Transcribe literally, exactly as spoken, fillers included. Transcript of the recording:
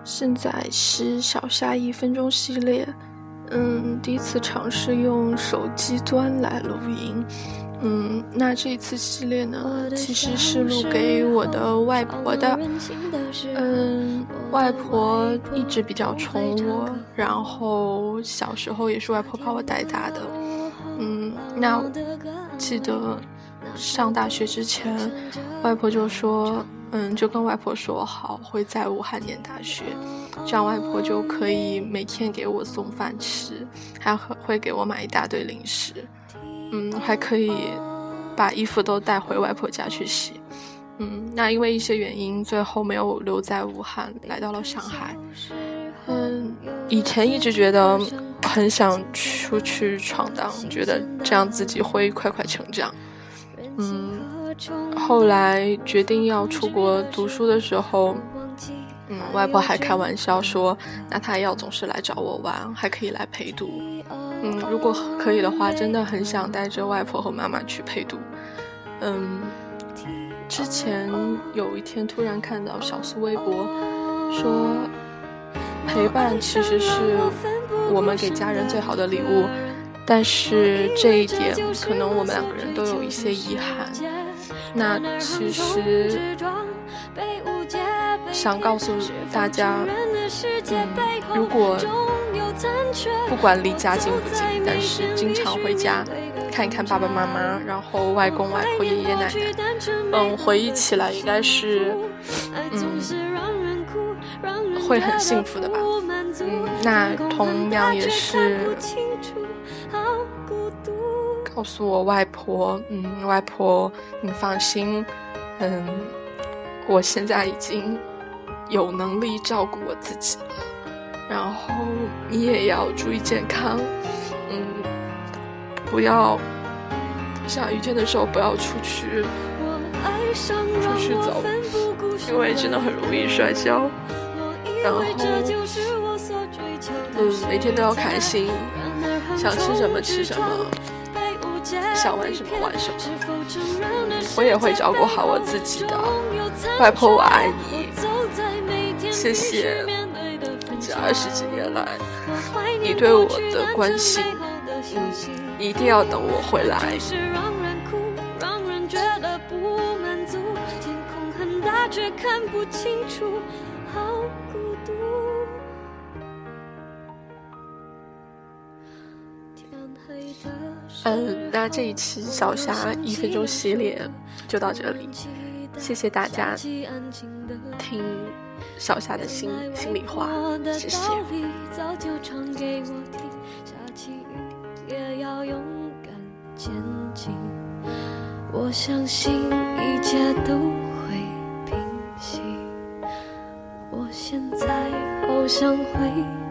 现在是小夏一分钟系列，嗯，第一次尝试用手机端来录音，嗯，那这一次系列呢，其实是录给我的外婆的，嗯，外婆一直比较宠我，然后小时候也是外婆把我带大的，嗯，那记得上大学之前，外婆就说。嗯，就跟外婆说好会在武汉念大学，这样外婆就可以每天给我送饭吃，还会给我买一大堆零食，嗯，还可以把衣服都带回外婆家去洗。嗯，那因为一些原因，最后没有留在武汉，来到了上海。嗯，以前一直觉得很想出去闯荡，觉得这样自己会快快成长。嗯。后来决定要出国读书的时候，嗯，外婆还开玩笑说，那她要总是来找我玩，还可以来陪读。嗯，如果可以的话，真的很想带着外婆和妈妈去陪读。嗯，之前有一天突然看到小苏微博说，陪伴其实是我们给家人最好的礼物，但是这一点可能我们两个人都有一些遗憾。那其实想告诉大家，嗯，如果不管离家近不近，但是经常回家看一看爸爸妈妈，然后外公外婆爷爷奶奶，嗯，回忆起来应该是嗯会很幸福的吧。嗯，那同样也是告诉我外婆，嗯，外婆你放心，嗯，我现在已经有能力照顾我自己了，然后你也要注意健康，嗯，不要下雨天的时候不要出去出去走，因为真的很容易摔跤，然后嗯，每天都要开心，想吃什么吃什么，想玩什么玩什么，我也会照顾好我自己的。外婆我爱你，谢谢这二十几年来你对我的关心，嗯，一定要等我回来。却看不清楚，好孤独。嗯，那这一期小夏一分钟系列就到这里，谢谢大家听小夏的心心里话，谢谢。早就唱给我听，下起雨也要勇敢前进，我相信一切都会平息，我现在好想回